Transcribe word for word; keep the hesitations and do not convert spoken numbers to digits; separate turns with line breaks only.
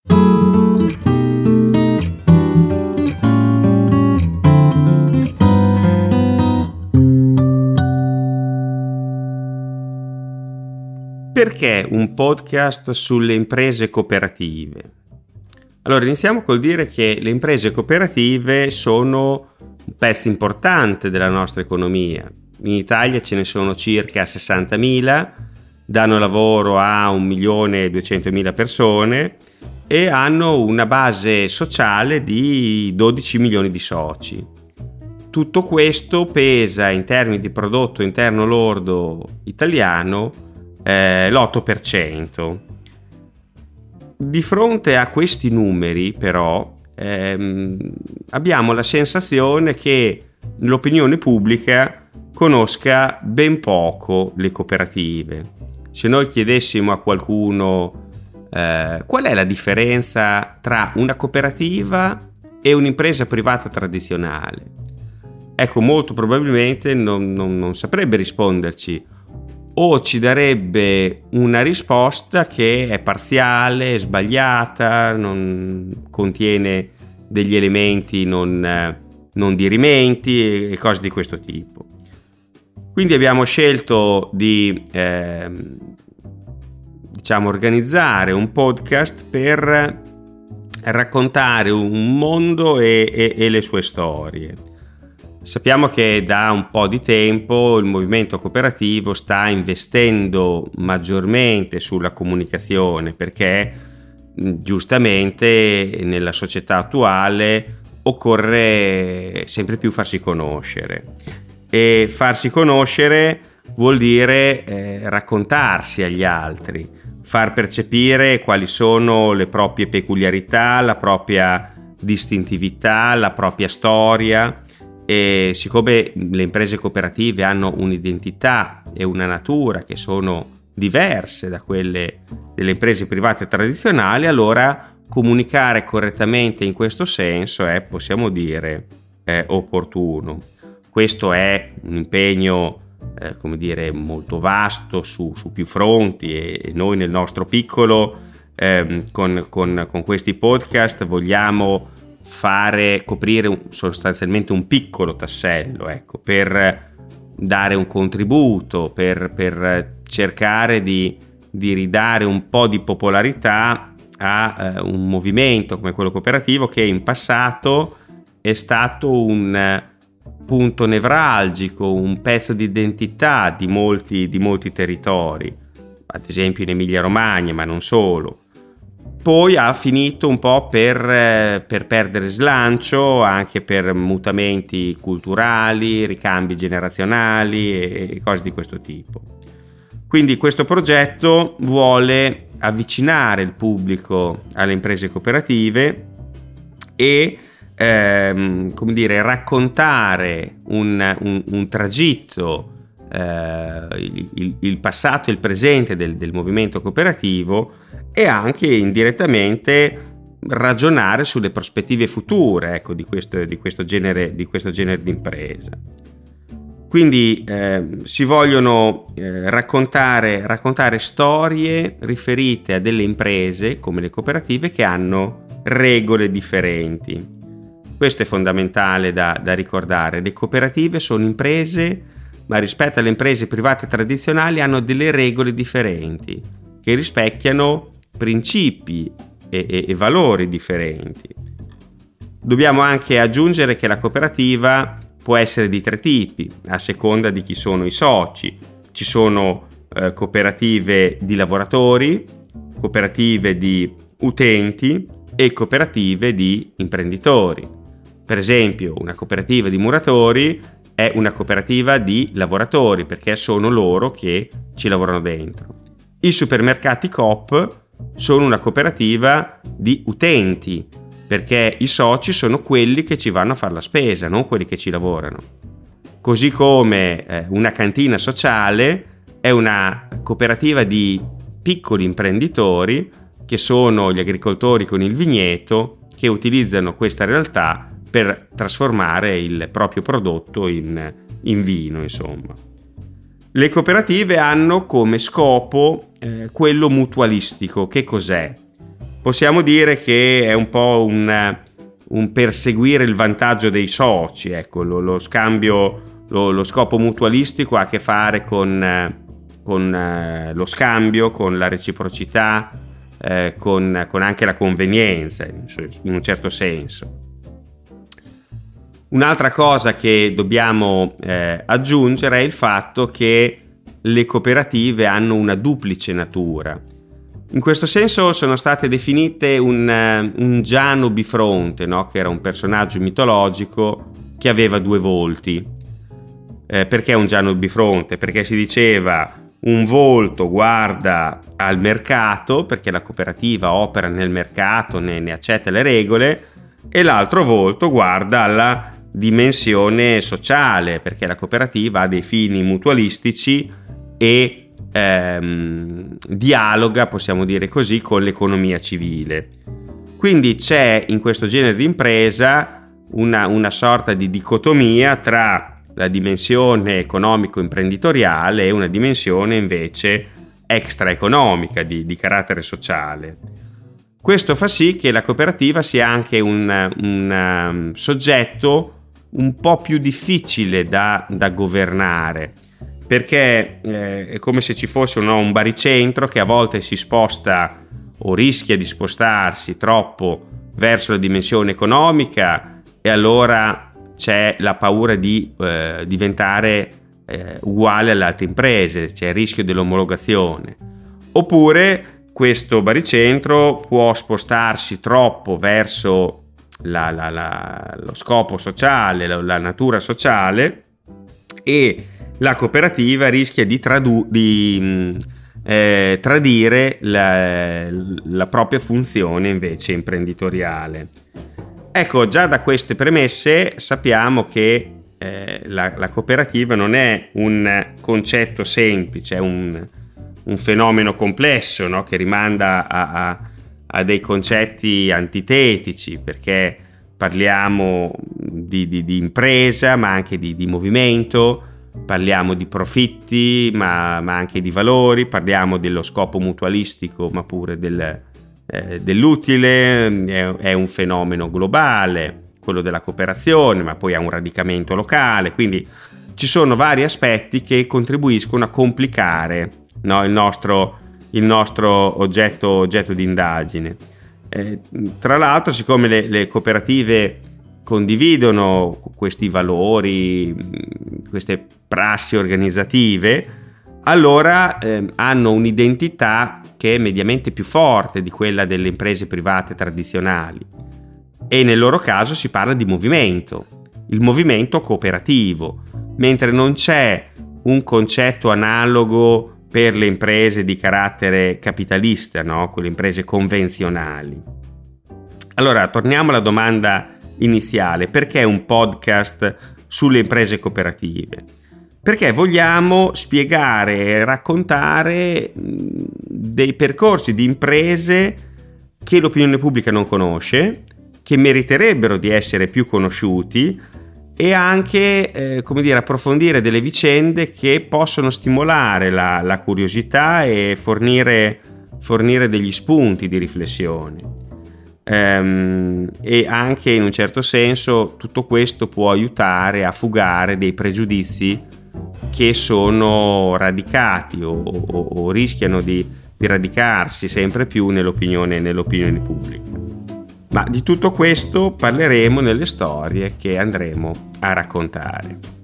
Perché un podcast sulle imprese cooperative? Allora, iniziamo col dire che le imprese cooperative sono un pezzo importante della nostra economia. In Italia ce ne sono circa sessantamila, danno lavoro a un milione e duecentomila persone e hanno una base sociale di dodici milioni di soci. Tutto questo pesa in termini di prodotto interno lordo italiano Eh, l'otto per cento. Di fronte a questi numeri, però, ehm, abbiamo la sensazione che l'opinione pubblica conosca ben poco le cooperative. Se noi chiedessimo a qualcuno eh, qual è la differenza tra una cooperativa e un'impresa privata tradizionale, ecco, molto probabilmente non, non, non saprebbe risponderci, o ci darebbe una risposta che è parziale, sbagliata, non contiene degli elementi non, non dirimenti e cose di questo tipo. Quindi abbiamo scelto di eh, diciamo organizzare un podcast per raccontare un mondo e, e, e le sue storie. Sappiamo che da un po' di tempo il movimento cooperativo sta investendo maggiormente sulla comunicazione perché giustamente nella società attuale occorre sempre più farsi conoscere e farsi conoscere vuol dire eh, raccontarsi agli altri, far percepire quali sono le proprie peculiarità, la propria distintività, la propria storia. E siccome le imprese cooperative hanno un'identità e una natura che sono diverse da quelle delle imprese private tradizionali, allora comunicare correttamente in questo senso è, possiamo dire, è opportuno. Questo è un impegno eh, come dire molto vasto su, su più fronti e noi nel nostro piccolo eh, con, con, con questi podcast vogliamo fare coprire un, sostanzialmente un piccolo tassello, ecco, per dare un contributo, per, per cercare di, di ridare un po' di popolarità a eh, un movimento come quello cooperativo che in passato è stato un eh, punto nevralgico, un pezzo di identità di molti, di molti territori, ad esempio in Emilia-Romagna, ma non solo. Poi ha finito un po' per, per perdere slancio anche per mutamenti culturali, ricambi generazionali e cose di questo tipo. Quindi questo progetto vuole avvicinare il pubblico alle imprese cooperative e ehm, come dire, raccontare un, un, un tragitto, eh, il, il, il passato e il presente del, del movimento cooperativo e anche indirettamente ragionare sulle prospettive future, ecco, di questo, di questo genere di questo genere di impresa. Quindi eh, si vogliono eh, raccontare, raccontare storie riferite a delle imprese come le cooperative che hanno regole differenti. Questo è fondamentale da, da ricordare. Le cooperative sono imprese, ma rispetto alle imprese private tradizionali hanno delle regole differenti che rispecchiano principi e, e, e valori differenti. Dobbiamo anche aggiungere che la cooperativa può essere di tre tipi, a seconda di chi sono i soci. Ci sono eh, cooperative di lavoratori, cooperative di utenti e cooperative di imprenditori. Per esempio, una cooperativa di muratori è una cooperativa di lavoratori perché sono loro che ci lavorano dentro. I supermercati Coop sono una cooperativa di utenti perché i soci sono quelli che ci vanno a fare la spesa, non quelli che ci lavorano. Così come eh, una cantina sociale è una cooperativa di piccoli imprenditori che sono gli agricoltori con il vigneto che utilizzano questa realtà per trasformare il proprio prodotto in, in vino, insomma. Le cooperative hanno come scopo eh, quello mutualistico. Che cos'è? possiamo dire che è un po' un, un perseguire il vantaggio dei soci, ecco, lo, lo scambio, lo, lo scopo mutualistico ha a che fare con, con eh, lo scambio, con la reciprocità, eh, con, con anche la convenienza, in un certo senso. Un'altra cosa che dobbiamo eh, aggiungere è il fatto che le cooperative hanno una duplice natura. In questo senso sono state definite un, un Giano bifronte, no? Che era un personaggio mitologico che aveva due volti. Eh, perché un Giano bifronte? Perché si diceva un volto guarda al mercato, perché la cooperativa opera nel mercato, ne, ne accetta le regole, e l'altro volto guarda alla dimensione sociale, perché la cooperativa ha dei fini mutualistici e ehm, dialoga, possiamo dire così, con l'economia civile. Quindi c'è in questo genere di impresa una, una sorta di dicotomia tra la dimensione economico-imprenditoriale e una dimensione invece extraeconomica di, di carattere sociale. Questo fa sì che la cooperativa sia anche un, un um, soggetto un po' più difficile da, da governare, perché eh, è come se ci fosse no, un baricentro che a volte si sposta o rischia di spostarsi troppo verso la dimensione economica, e allora c'è la paura di eh, diventare eh, uguale alle altre imprese, c'è il rischio dell'omologazione. Oppure questo baricentro può spostarsi troppo verso La, la, la, lo scopo sociale, la, la natura sociale, e la cooperativa rischia di, tradu- di eh, tradire la, la propria funzione invece imprenditoriale. Ecco, già da queste premesse sappiamo che eh, la, la cooperativa non è un concetto semplice, è un, un fenomeno complesso, no? Che rimanda a, a a dei concetti antitetici, perché parliamo di, di, di impresa, ma anche di, di movimento, parliamo di profitti, ma, ma anche di valori, parliamo dello scopo mutualistico, ma pure del, eh, dell'utile, è, è un fenomeno globale, quello della cooperazione, ma poi ha un radicamento locale, quindi ci sono vari aspetti che contribuiscono a complicare, no, il nostro il nostro oggetto, oggetto di indagine. Eh, tra l'altro, siccome le, le cooperative condividono questi valori, queste prassi organizzative, allora eh, hanno un'identità che è mediamente più forte di quella delle imprese private tradizionali, e nel loro caso si parla di movimento, il movimento cooperativo, mentre non c'è un concetto analogo per le imprese di carattere capitalista, no? Quelle imprese convenzionali. Allora, torniamo alla domanda iniziale: perché un podcast sulle imprese cooperative? Perché vogliamo spiegare e raccontare dei percorsi di imprese che l'opinione pubblica non conosce, che meriterebbero di essere più conosciuti, e anche eh, come dire, approfondire delle vicende che possono stimolare la, la curiosità e fornire, fornire degli spunti di riflessione. Ehm, e anche in un certo senso tutto questo può aiutare a fugare dei pregiudizi che sono radicati o, o, o rischiano di, di radicarsi sempre più nell'opinione, nell'opinione pubblica. Ma di tutto questo parleremo nelle storie che andremo a raccontare.